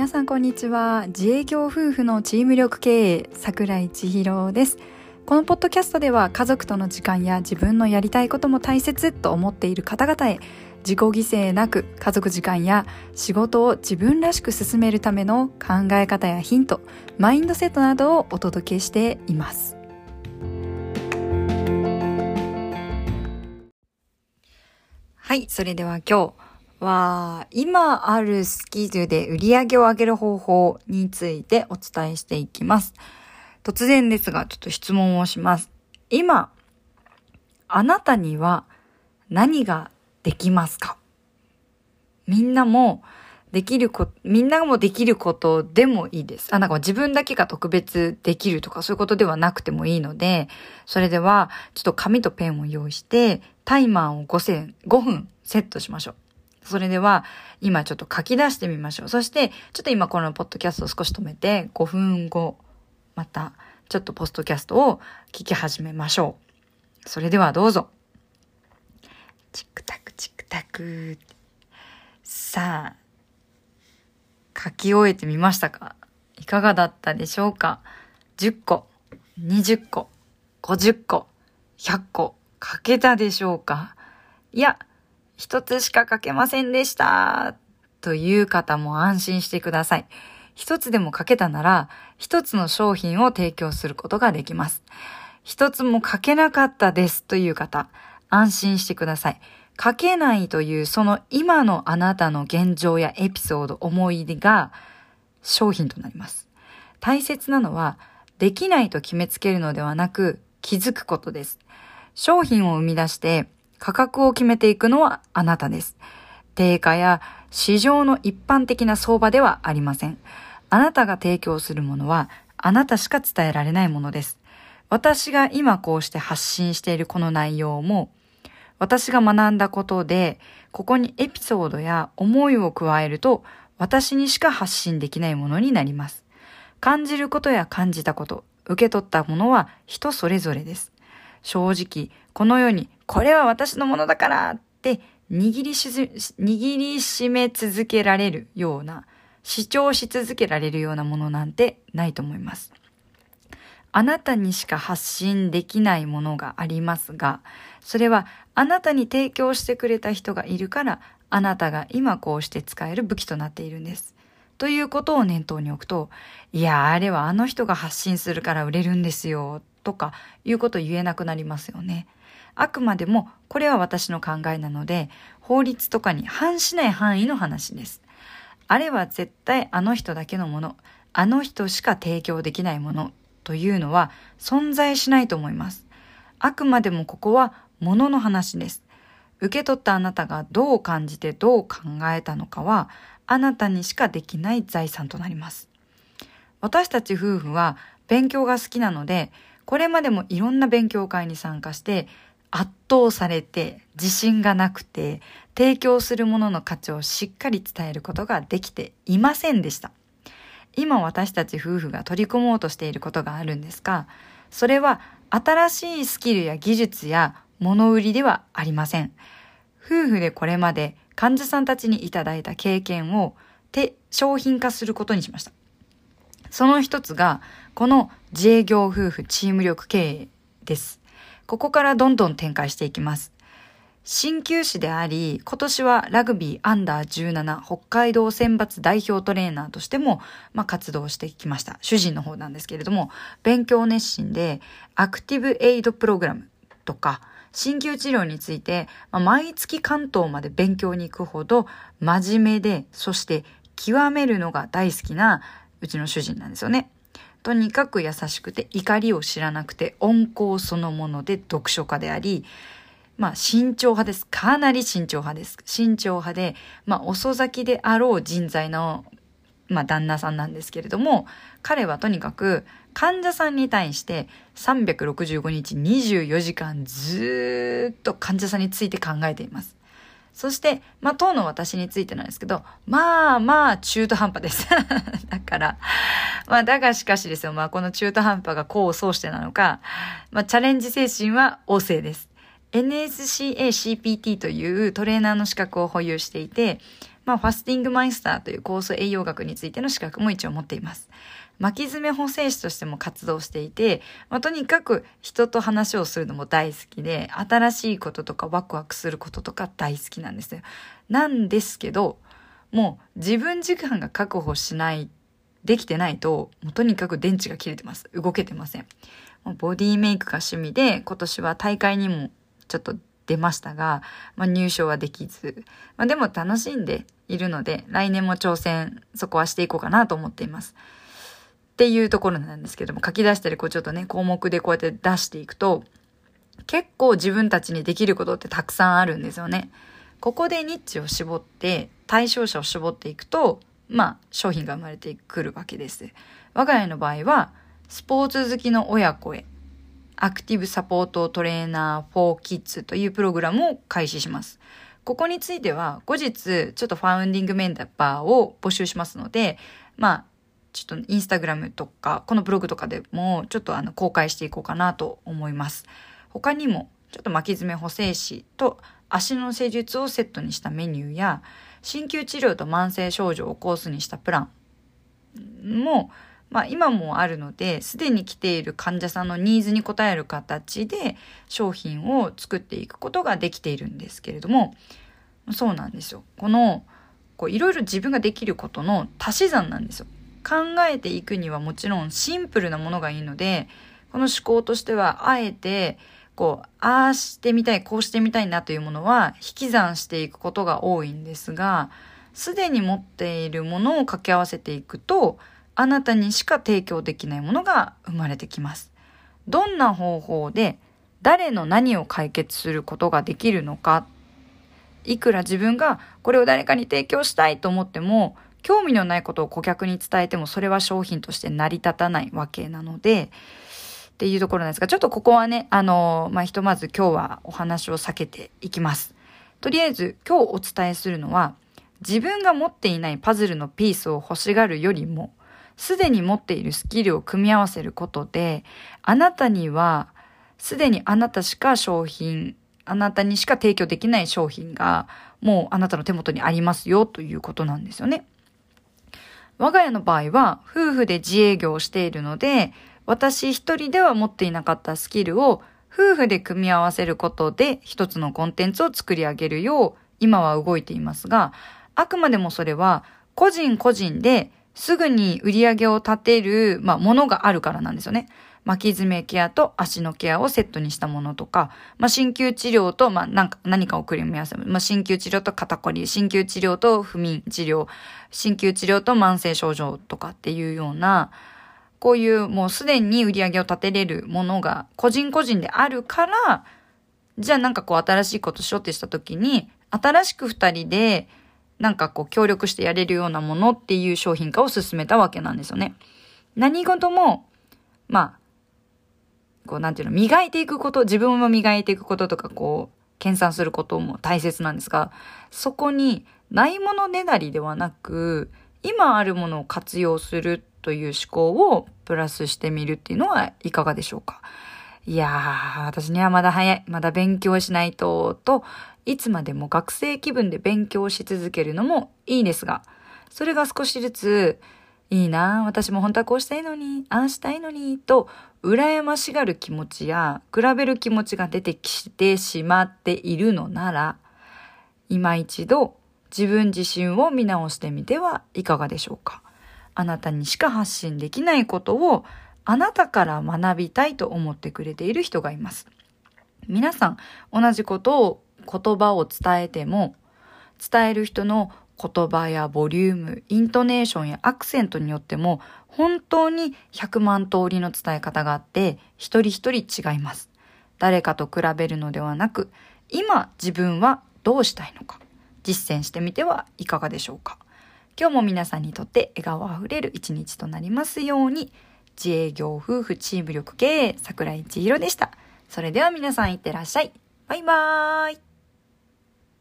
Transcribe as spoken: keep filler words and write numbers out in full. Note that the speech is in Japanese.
皆さんこんにちは。自営業夫婦のチーム力経営、桜井千尋です。このポッドキャストでは家族との時間や自分のやりたいことも大切と思っている方々へ、自己犠牲なく家族時間や仕事を自分らしく進めるための考え方やヒント、マインドセットなどをお届けしています。はい、それでは今日は今あるスキルで売り上げを上げる方法についてお伝えしていきます。突然ですがちょっと質問をします。今あなたには何ができますか？みんなもできるこみんなもできることでもいいです。あ、なんか自分だけが特別できるとかそういうことではなくてもいいので、それではちょっと紙とペンを用意してタイマーをごせんごふんセットしましょう。それでは今ちょっと書き出してみましょう。そしてちょっと今このポッドキャストを少し止めてごふんごまたちょっとポッドキャストを聞き始めましょう。それではどうぞ。チクタクチクタク。さあ書き終えてみましたか？いかがだったでしょうか？じゅっこ、にじゅっこ、ごじゅっこ、ひゃっこ書けたでしょうか？いや一つしか書けませんでしたという方も安心してください。一つでも書けたなら一つの商品を提供することができます。一つも書けなかったですという方、安心してください。書けないというその今のあなたの現状やエピソード、思い出が商品となります。大切なのはできないと決めつけるのではなく気づくことです。商品を生み出して価格を決めていくのはあなたです。定価や市場の一般的な相場ではありません。あなたが提供するものはあなたしか伝えられないものです。私が今こうして発信しているこの内容も私が学んだことで、ここにエピソードや思いを加えると私にしか発信できないものになります。感じることや感じたこと、受け取ったものは人それぞれです。正直この世にこれは私のものだからって握りしず握りしめ続けられるような、主張し続けられるようなものなんてないと思います。あなたにしか発信できないものがありますが、それはあなたに提供してくれた人がいるから、あなたが今こうして使える武器となっているんです。ということを念頭に置くと、いやあれはあの人が発信するから売れるんですよとかいうこと言えなくなりますよね。あくまでもこれは私の考えなので、法律とかに反しない範囲の話です。あれは絶対あの人だけのもの、あの人しか提供できないものというのは存在しないと思います。あくまでもここはものの話です。受け取ったあなたがどう感じてどう考えたのかはあなたにしかできない財産となります。私たち夫婦は勉強が好きなので、これまでもいろんな勉強会に参加して圧倒されて自信がなくて提供するものの価値をしっかり伝えることができていませんでした。今私たち夫婦が取り組もうとしていることがあるんですが、それは新しいスキルや技術や物売りではありません。夫婦でこれまで患者さんたちにいただいた経験を手商品化することにしました。その一つがこの自営業夫婦チーム力経営です。ここからどんどん展開していきます。鍼灸師であり、今年はラグビーアンダーじゅうなな北海道選抜代表トレーナーとしても、まあ、活動してきました。主人の方なんですけれども、勉強熱心でアクティブエイドプログラムとか鍼灸治療について、まあ、毎月関東まで勉強に行くほど真面目で、そして極めるのが大好きなうちの主人なんですよね。とにかく優しくて怒りを知らなくて温厚そのもので読書家であり、まあ慎重派です。かなり慎重派です。慎重派で、まあ遅咲きであろう人材の、まあ旦那さんなんですけれども、彼はとにかく患者さんに対してさんびゃくろくじゅうごにちにじゅうよじかんずーっと患者さんについて考えています。そして、まあ、当の私についてなんですけど、まあまあ中途半端です。だから、まあだがしかしですよ、まあこの中途半端が功を奏してなのか、まあチャレンジ精神は旺盛です。エヌエスシーエーシーピーティー というトレーナーの資格を保有していて、 まあ、ファスティングマイスターという酵素栄養学についての資格も一応持っています。巻き爪補正士としても活動していて、まあ、とにかく人と話をするのも大好きで、新しいこととかワクワクすることとか大好きなんですよ。なんですけど、もう自分時間が確保しない、できてないと、もうとにかく電池が切れてます。動けてません。ボディメイクが趣味で、今年は大会にもちょっと出ましたが、まあ、入賞はできず、まあ、でも楽しんでいるので、来年も挑戦、そこはしていこうかなと思っています。っていうところなんですけども、書き出したりこうちょっとね、項目でこうやって出していくと、結構自分たちにできることってたくさんあるんですよね。ここでニッチを絞って、対象者を絞っていくと、まあ、商品が生まれてくるわけです。我が家の場合は、スポーツ好きの親子へ、アクティブサポートトレーナー for Kids というプログラムを開始します。ここについては、後日、ちょっとファウンディングメンバーを募集しますので、まあ、ちょっとインスタグラムとか、このブログとかでも、ちょっとあの、公開していこうかなと思います。他にも、ちょっと巻き爪補正士と足の施術をセットにしたメニューや、鍼灸治療と慢性症状をコースにしたプランも、まあ今もあるので、すでに来ている患者さんのニーズに応える形で商品を作っていくことができているんですけれども、そうなんですよ。この、こういろいろ自分ができることの足し算なんですよ。考えていくにはもちろんシンプルなものがいいので、この思考としてはあえて、こう、ああしてみたい、こうしてみたいなというものは引き算していくことが多いんですが、すでに持っているものを掛け合わせていくと、あなたにしか提供できないものが生まれてきます。どんな方法で誰の何を解決することができるのか、いくら自分がこれを誰かに提供したいと思っても、興味のないことを顧客に伝えてもそれは商品として成り立たないわけなので、っていうところなんですが、ちょっとここはね、あの、まあ、ひとまず今日はお話を避けていきます。とりあえず今日お伝えするのは、自分が持っていないパズルのピースを欲しがるよりも、すでに持っているスキルを組み合わせることで、あなたには、すでにあなたしか商品、あなたにしか提供できない商品が、もうあなたの手元にありますよということなんですよね。我が家の場合は、夫婦で自営業をしているので、私一人では持っていなかったスキルを夫婦で組み合わせることで一つのコンテンツを作り上げるよう今は動いていますが、あくまでもそれは個人個人ですぐに売り上げを立てる、まあ、ものがあるからなんですよね。巻き爪ケアと足のケアをセットにしたものとか、まあ、鍼灸治療と、まあ、なんか何かを組み合わせる。まあ、鍼灸治療と肩こり、鍼灸治療と不眠治療、鍼灸治療と慢性症状とかっていうような、こういうもうすでに売り上げを立てれるものが個人個人であるから、じゃあなんかこう新しいことしようってした時に、新しく二人でなんかこう協力してやれるようなものっていう商品化を進めたわけなんですよね。何事も、まあ、こうなんていうの、磨いていくこと、自分を磨いていくこととかこう、研鑽することも大切なんですが、そこにないものねだりではなく、今あるものを活用するという思考をプラスしてみるっていうのはいかがでしょうか。いやー、私にはまだ早い。まだ勉強しないと、と、いつまでも学生気分で勉強し続けるのもいいですが、それが少しずつ、いいな、私も本当はこうしたいのに、ああしたいのに、と、羨ましがる気持ちや、比べる気持ちが出てきてしまっているのなら、今一度、自分自身を見直してみてはいかがでしょうか。あなたにしか発信できないことをあなたから学びたいと思ってくれている人がいます。皆さん同じことを言葉を伝えても伝える人の言葉やボリューム、イントネーションやアクセントによっても本当にひゃくまん通りの伝え方があって一人一人違います。誰かと比べるのではなく今自分はどうしたいのか実践してみてはいかがでしょうか。今日も皆さんにとって笑顔あふれる一日となりますように。自営業夫婦チーム力経営桜井千尋でした。それでは皆さんいってらっしゃい。バイバーイ。